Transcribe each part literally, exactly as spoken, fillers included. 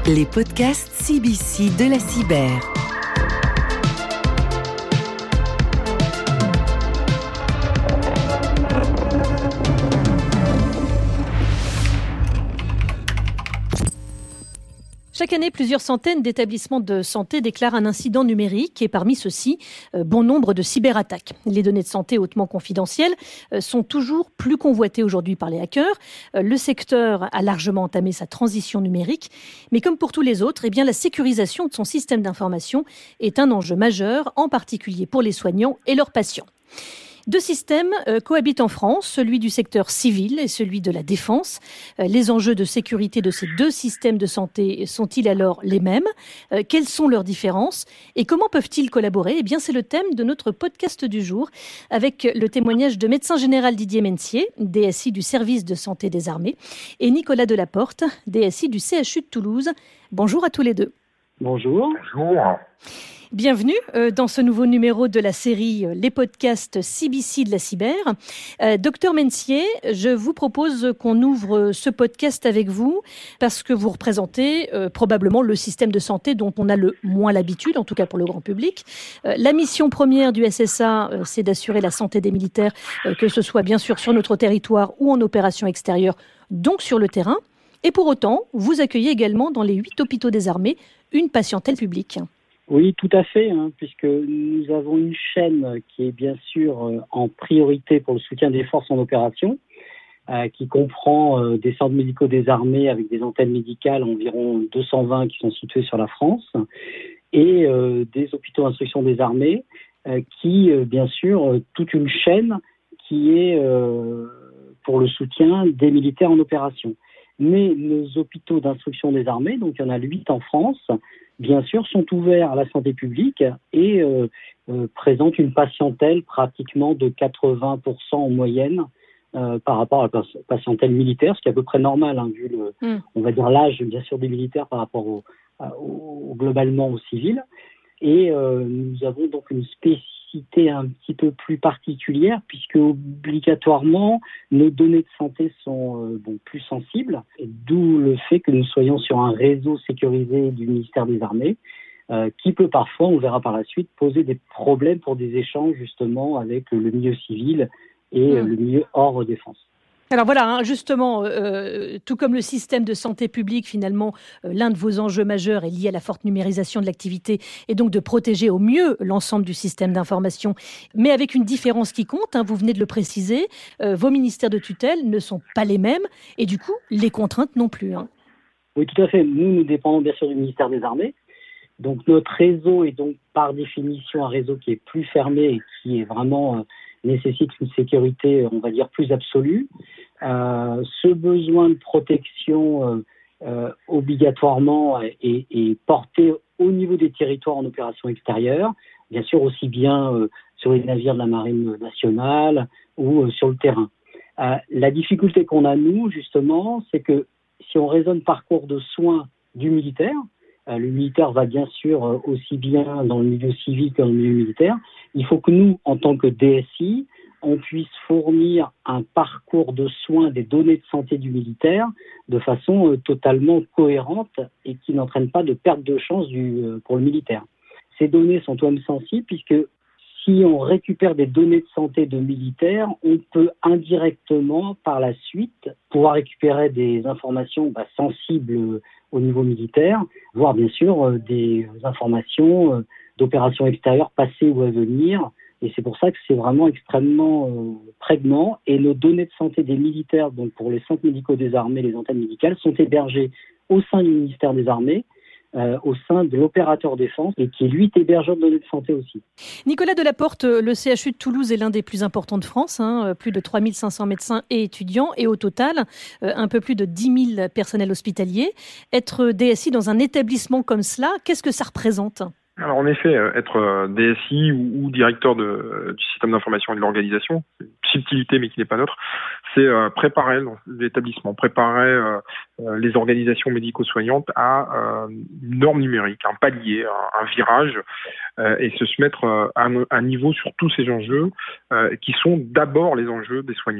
Les podcasts C B C de la cyber. Chaque année, plusieurs centaines d'établissements de santé déclarent un incident numérique et parmi ceux-ci, euh, bon nombre de cyberattaques. Les données de santé hautement confidentielles euh, sont toujours plus convoitées aujourd'hui par les hackers. Euh, le secteur a largement entamé sa transition numérique, mais comme pour tous les autres, eh bien, la sécurisation de son système d'information est un enjeu majeur, en particulier pour les soignants et leurs patients. Deux systèmes euh, cohabitent en France, celui du secteur civil et celui de la défense. Euh, les enjeux de sécurité de ces deux systèmes de santé sont-ils alors les mêmes ? euh, Quelles sont leurs différences ? Et comment peuvent-ils collaborer ? Eh bien, c'est le thème de notre podcast du jour, avec le témoignage de médecin général Didier Mencier, D S I du service de santé des armées, et Nicolas Delaporte, D S I du C H U de Toulouse. Bonjour à tous les deux. Bonjour. Bonjour. Bienvenue euh, dans ce nouveau numéro de la série euh, Les podcasts C B C de la cyber. Euh, Docteur Mencier, je vous propose qu'on ouvre ce podcast avec vous parce que vous représentez euh, probablement le système de santé dont on a le moins l'habitude, en tout cas pour le grand public. Euh, la mission première du S S A, euh, c'est d'assurer la santé des militaires, euh, que ce soit bien sûr sur notre territoire ou en opération extérieure, donc sur le terrain. Et pour autant, vous accueillez également dans les huit hôpitaux des armées une patientèle publique. Oui, tout à fait, hein, puisque nous avons une chaîne qui est bien sûr euh, en priorité pour le soutien des forces en opération, euh, qui comprend euh, des centres médicaux des armées avec des antennes médicales, environ deux cent vingt qui sont situés sur la France, et euh, des hôpitaux d'instruction des armées, euh, qui, euh, bien sûr, euh, toute une chaîne qui est euh, pour le soutien des militaires en opération. Mais nos hôpitaux d'instruction des armées, donc il y en a huit en France, bien sûr, sont ouverts à la santé publique et euh, euh, présentent une patientèle pratiquement de quatre-vingts pour cent en moyenne euh, par rapport à la patientèle militaire, ce qui est à peu près normal, hein, vu le, mm. on va dire l'âge, bien sûr, des militaires par rapport au, au, globalement aux civils. Et euh, nous avons donc une spécificité un petit peu plus particulière, puisque obligatoirement, nos données de santé sont euh, bon, plus sensibles, et d'où le fait que nous soyons sur un réseau sécurisé du ministère des Armées, euh, qui peut parfois, on verra par la suite, poser des problèmes pour des échanges justement avec le milieu civil et mmh. le milieu hors défense. Alors voilà, hein, justement, euh, tout comme le système de santé publique, finalement, euh, l'un de vos enjeux majeurs est lié à la forte numérisation de l'activité et donc de protéger au mieux l'ensemble du système d'information. Mais avec une différence qui compte, hein, vous venez de le préciser, euh, vos ministères de tutelle ne sont pas les mêmes et du coup, les contraintes non plus. Hein. Oui, tout à fait. Nous, nous dépendons bien sûr du ministère des Armées. Donc notre réseau est donc par définition un réseau qui est plus fermé et qui est vraiment... Euh, nécessite une sécurité, on va dire, plus absolue. Euh, ce besoin de protection euh, euh, obligatoirement est, est porté au niveau des territoires en opération extérieure, bien sûr aussi bien euh, sur les navires de la Marine nationale ou euh, sur le terrain. Euh, la difficulté qu'on a, nous, justement, c'est que si on raisonne parcours de soins du militaire, Euh, le militaire va bien sûr euh, aussi bien dans le milieu civil que dans le milieu militaire. Il faut que nous, en tant que D S I, on puisse fournir un parcours de soins des données de santé du militaire de façon euh, totalement cohérente et qui n'entraîne pas de perte de chance du, euh, pour le militaire. Ces données sont tout de même sensibles puisque si on récupère des données de santé de militaires, on peut indirectement, par la suite, pouvoir récupérer des informations bah, sensibles au niveau militaire, voire bien sûr euh, des informations euh, d'opérations extérieures passées ou à venir. Et c'est pour ça que c'est vraiment extrêmement euh, prégnant. Et nos données de santé des militaires, donc pour les centres médicaux des armées, les antennes médicales, sont hébergées au sein du ministère des Armées, Euh, au sein de l'opérateur défense et qui, lui, est hébergeur de données de santé aussi. Nicolas Delaporte, le C H U de Toulouse est l'un des plus importants de France, hein, plus de trois mille cinq cents médecins et étudiants et au total, euh, un peu plus de dix mille personnels hospitaliers. Être D S I dans un établissement comme cela, qu'est-ce que ça représente ? Alors en effet, être D S I ou, ou directeur de, du système d'information et de l'organisation, c'est une subtilité mais qui n'est pas neutre, c'est euh, préparer l'établissement, préparer euh, euh, les organisations médico-soignantes à euh, une norme numérique, un palier, un, un virage, euh, et se, se mettre euh, à un niveau sur tous ces enjeux euh, qui sont d'abord les enjeux des soignants.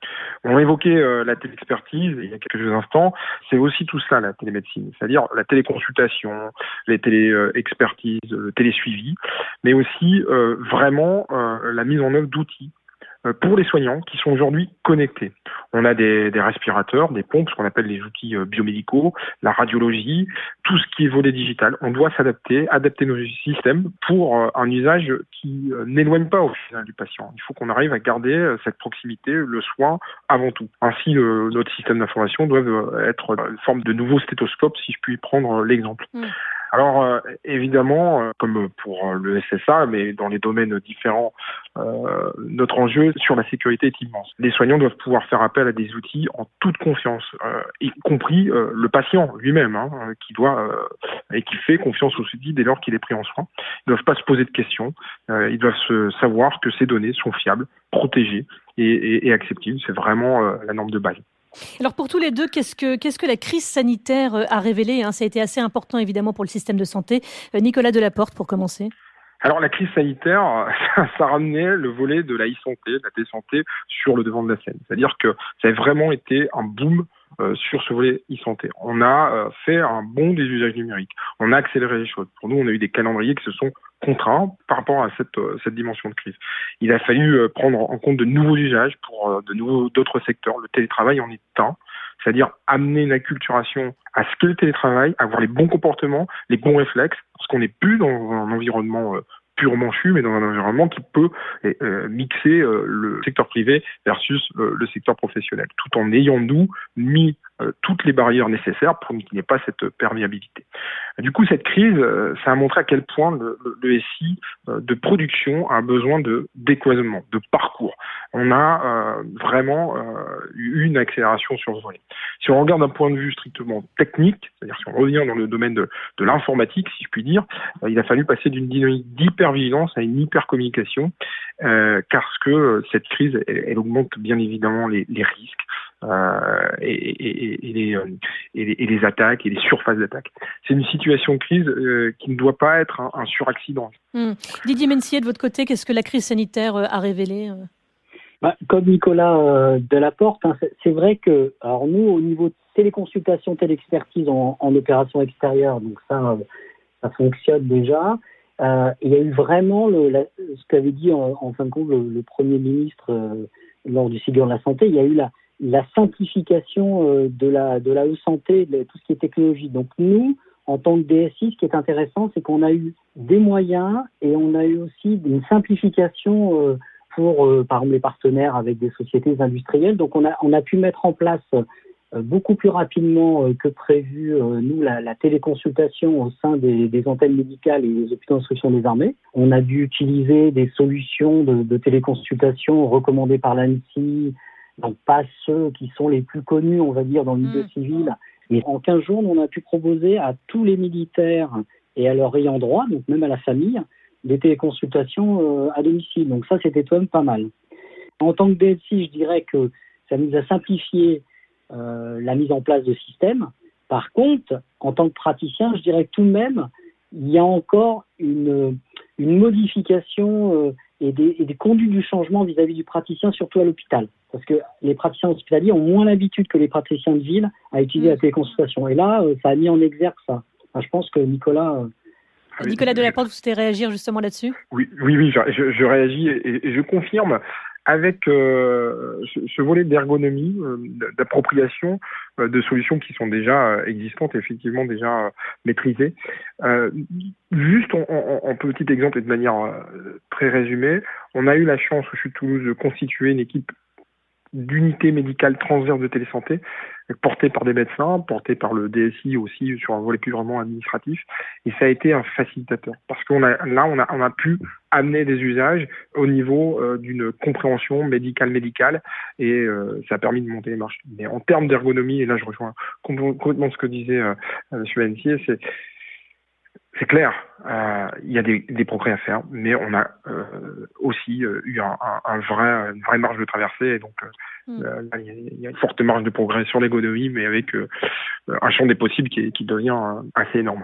On évoquait euh, la téléexpertise il y a quelques instants, c'est aussi tout cela la télémédecine, c'est-à-dire la téléconsultation, les téléexpertises, le télésuivi, mais aussi euh, vraiment euh, la mise en œuvre d'outils pour les soignants qui sont aujourd'hui connectés. On a des, des respirateurs, des pompes, ce qu'on appelle les outils biomédicaux, la radiologie, tout ce qui est volet digital. On doit s'adapter, adapter nos systèmes pour un usage qui n'éloigne pas au final du patient. Il faut qu'on arrive à garder cette proximité, le soin avant tout. Ainsi, le, notre système d'information doit être une forme de nouveau stéthoscope, si je puis prendre l'exemple. Mmh. Alors euh, évidemment, euh, comme pour le S S A, mais dans les domaines différents, euh, notre enjeu sur la sécurité est immense. Les soignants doivent pouvoir faire appel à des outils en toute confiance, euh, y compris euh, le patient lui-même, hein, qui doit euh, et qui fait confiance aux outils dès lors qu'il est pris en soin. Ils ne doivent pas se poser de questions. Euh, ils doivent se savoir que ces données sont fiables, protégées et, et, et acceptables. C'est vraiment euh, la norme de base. Alors pour tous les deux, qu'est-ce que, qu'est-ce que la crise sanitaire a révélé, hein? Ça a été assez important évidemment pour le système de santé. Nicolas Delaporte, pour commencer. Alors la crise sanitaire, ça, ça ramenait le volet de la e-santé, de la télésanté sur le devant de la scène. C'est-à-dire que ça a vraiment été un boom euh, sur ce volet e-santé. On a euh, fait un bond des usages numériques. On a accéléré les choses. Pour nous, on a eu des calendriers qui se sont contraints par rapport à cette, euh, cette dimension de crise. Il a fallu euh, prendre en compte de nouveaux usages pour euh, de nouveaux d'autres secteurs. Le télétravail en est un. C'est-à-dire amener une acculturation à ce qu'est le télétravail, avoir les bons comportements, les bons réflexes, parce qu'on n'est plus dans un environnement euh, purement chu, mais dans un environnement qui peut euh, mixer euh, le secteur privé versus euh, le secteur professionnel, tout en ayant, nous, mis euh, toutes les barrières nécessaires pour qu'il n'y ait pas cette perméabilité. Du coup, cette crise, euh, ça a montré à quel point le, le, le S I euh, de production a besoin de décloisonnement, de parcours. On a euh, vraiment euh, eu une accélération sur ce volet. Si on regarde d'un point de vue strictement technique, c'est-à-dire si on revient dans le domaine de, de l'informatique, si je puis dire, euh, il a fallu passer d'une dynamique d'hypervigilance à une hypercommunication, euh, parce que euh, cette crise, elle, elle augmente bien évidemment les, les risques euh, et, et, et, les, euh, et, les, et les attaques et les surfaces d'attaque. C'est une situation de crise euh, qui ne doit pas être un, un suraccident. Mmh. Didier Mencier, de votre côté, qu'est-ce que la crise sanitaire a révélé ? Bah, comme Nicolas euh, Delaporte, hein, c'est, c'est vrai que, alors nous, au niveau de téléconsultation, téléexpertise en, en opération extérieure, donc ça, euh, ça fonctionne déjà. Euh, il y a eu vraiment le, la, ce qu'avait dit en, en fin de compte le, le Premier ministre euh, lors du Ségur de la Santé. Il y a eu la, la simplification euh, de la de la e-santé, de tout ce qui est technologie. Donc nous, en tant que D S I, ce qui est intéressant, c'est qu'on a eu des moyens et on a eu aussi une simplification euh, pour, euh, par exemple, les partenaires avec des sociétés industrielles. Donc, on a, on a pu mettre en place euh, beaucoup plus rapidement euh, que prévu, euh, nous, la, la téléconsultation au sein des, des antennes médicales et des hôpitaux d'instruction des armées. On a dû utiliser des solutions de, de téléconsultation recommandées par l'ANSSI, donc pas ceux qui sont les plus connus, on va dire, dans le milieu mmh. civil. Et en quinze jours, on a pu proposer à tous les militaires et à leurs ayants droit, donc même à la famille, des téléconsultations euh, à domicile. Donc ça, c'était tout de même pas mal. En tant que D S I, je dirais que ça nous a simplifié euh, la mise en place de systèmes. Par contre, en tant que praticien, je dirais que tout de même, il y a encore une, une modification euh, et, des, et des conduites du changement vis-à-vis du praticien, surtout à l'hôpital. Parce que les praticiens hospitaliers ont moins l'habitude que les praticiens de ville à utiliser mmh. la téléconsultation. Et là, euh, ça a mis en exergue ça. Enfin, je pense que Nicolas... Euh, Nicolas Delaporte, vous souhaitez réagir justement là-dessus ? Oui, oui, oui, je, je, je réagis et, et je confirme avec euh, ce, ce volet d'ergonomie, euh, d'appropriation euh, de solutions qui sont déjà euh, existantes, effectivement déjà euh, maîtrisées. Euh, juste en, en, en petit exemple et de manière euh, très résumée, on a eu la chance au C H U de Toulouse de constituer une équipe d'unités médicales transverses de télésanté, portée par des médecins, portée par le D S I aussi sur un volet plus vraiment administratif, et ça a été un facilitateur parce qu'on a là on a on a pu amener des usages au niveau euh, d'une compréhension médicale médicale et euh, ça a permis de monter les marches. Mais en termes d'ergonomie, et là je rejoins complètement ce que disait euh, M. Mencier, c'est C'est clair, euh, il y a des, des progrès à faire, mais on a euh, aussi euh, eu un, un, un vrai, une vraie marge de traversée. Et donc, euh, mmh. là, il y, a, il y a une forte marge de progrès sur l'ergonomie, mais avec euh, un champ des possibles qui, qui devient euh, assez énorme.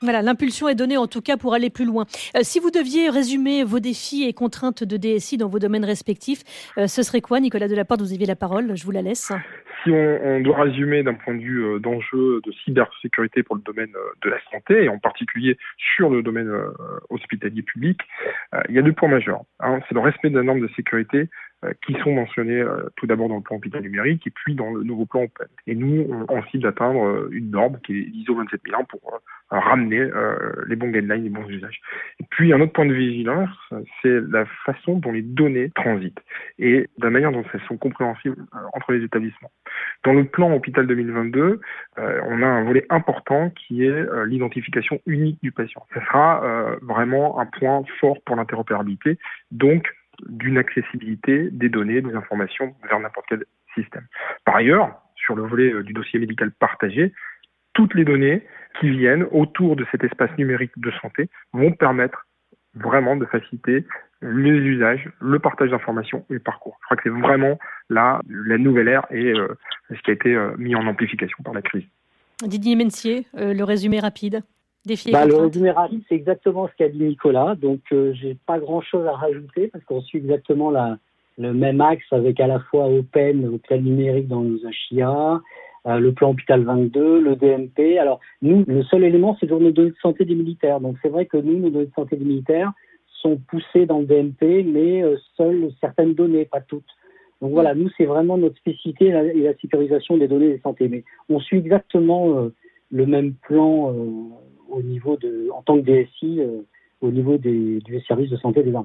Voilà, l'impulsion est donnée en tout cas pour aller plus loin. Euh, si vous deviez résumer vos défis et contraintes de D S I dans vos domaines respectifs, euh, ce serait quoi, Nicolas Delaporte? Vous aviez la parole, je vous la laisse. Si on, on doit résumer d'un point de vue euh, d'enjeux de cybersécurité pour le domaine euh, de la santé, et en particulier sur le domaine euh, hospitalier public, euh, il y a deux points majeurs. Hein, c'est le respect des normes de sécurité euh, qui sont mentionnées euh, tout d'abord dans le plan hôpital numérique et puis dans le nouveau plan Open. Et nous, on, on cible d'atteindre euh, une norme qui est l'I S O vingt-sept mille un pour euh, ramener euh, les bons guidelines, les bons usages. Et puis un autre point de vigilance, c'est la façon dont les données transitent et la manière dont elles sont compréhensibles euh, entre les établissements. Dans le plan Hôpital deux mille vingt-deux, euh, on a un volet important qui est euh, l'identification unique du patient. Ça sera euh, vraiment un point fort pour l'interopérabilité, donc d'une accessibilité des données, des informations vers n'importe quel système. Par ailleurs, sur le volet euh, du dossier médical partagé, toutes les données qui viennent autour de cet espace numérique de santé vont permettre vraiment de faciliter les usages, le partage d'informations et le parcours. Je crois que c'est vraiment là la nouvelle ère et euh, ce qui a été euh, mis en amplification par la crise. Didier Mencier, euh, le résumé rapide. Défi et bah, le contraintes. résumé rapide, c'est exactement ce qu'a dit Nicolas. Donc, euh, j'ai pas grand-chose à rajouter parce qu'on suit exactement la, le même axe avec à la fois Open, Hôpital numérique dans nos H I A, euh, le plan Hôpital vingt-deux, le D M P. Alors, nous, le seul élément, c'est toujours nos données de santé des militaires. Donc, c'est vrai que nous, nos données de santé des militaires sont poussées dans le D M P, mais euh, seules certaines données, pas toutes. Donc voilà, nous, c'est vraiment notre spécificité et la, et la sécurisation des données de santé. Mais on suit exactement euh, le même plan euh, au niveau de, en tant que D S I, euh, au niveau des, du service de santé des armées.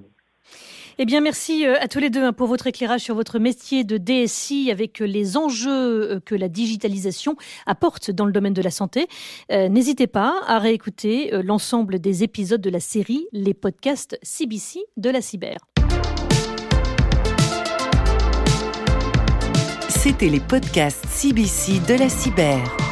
Eh bien, merci à tous les deux pour votre éclairage sur votre métier de D S I avec les enjeux que la digitalisation apporte dans le domaine de la santé. Euh, n'hésitez pas à réécouter l'ensemble des épisodes de la série Les podcasts C B C de la cyber. C'était les podcasts C B C de la cyber.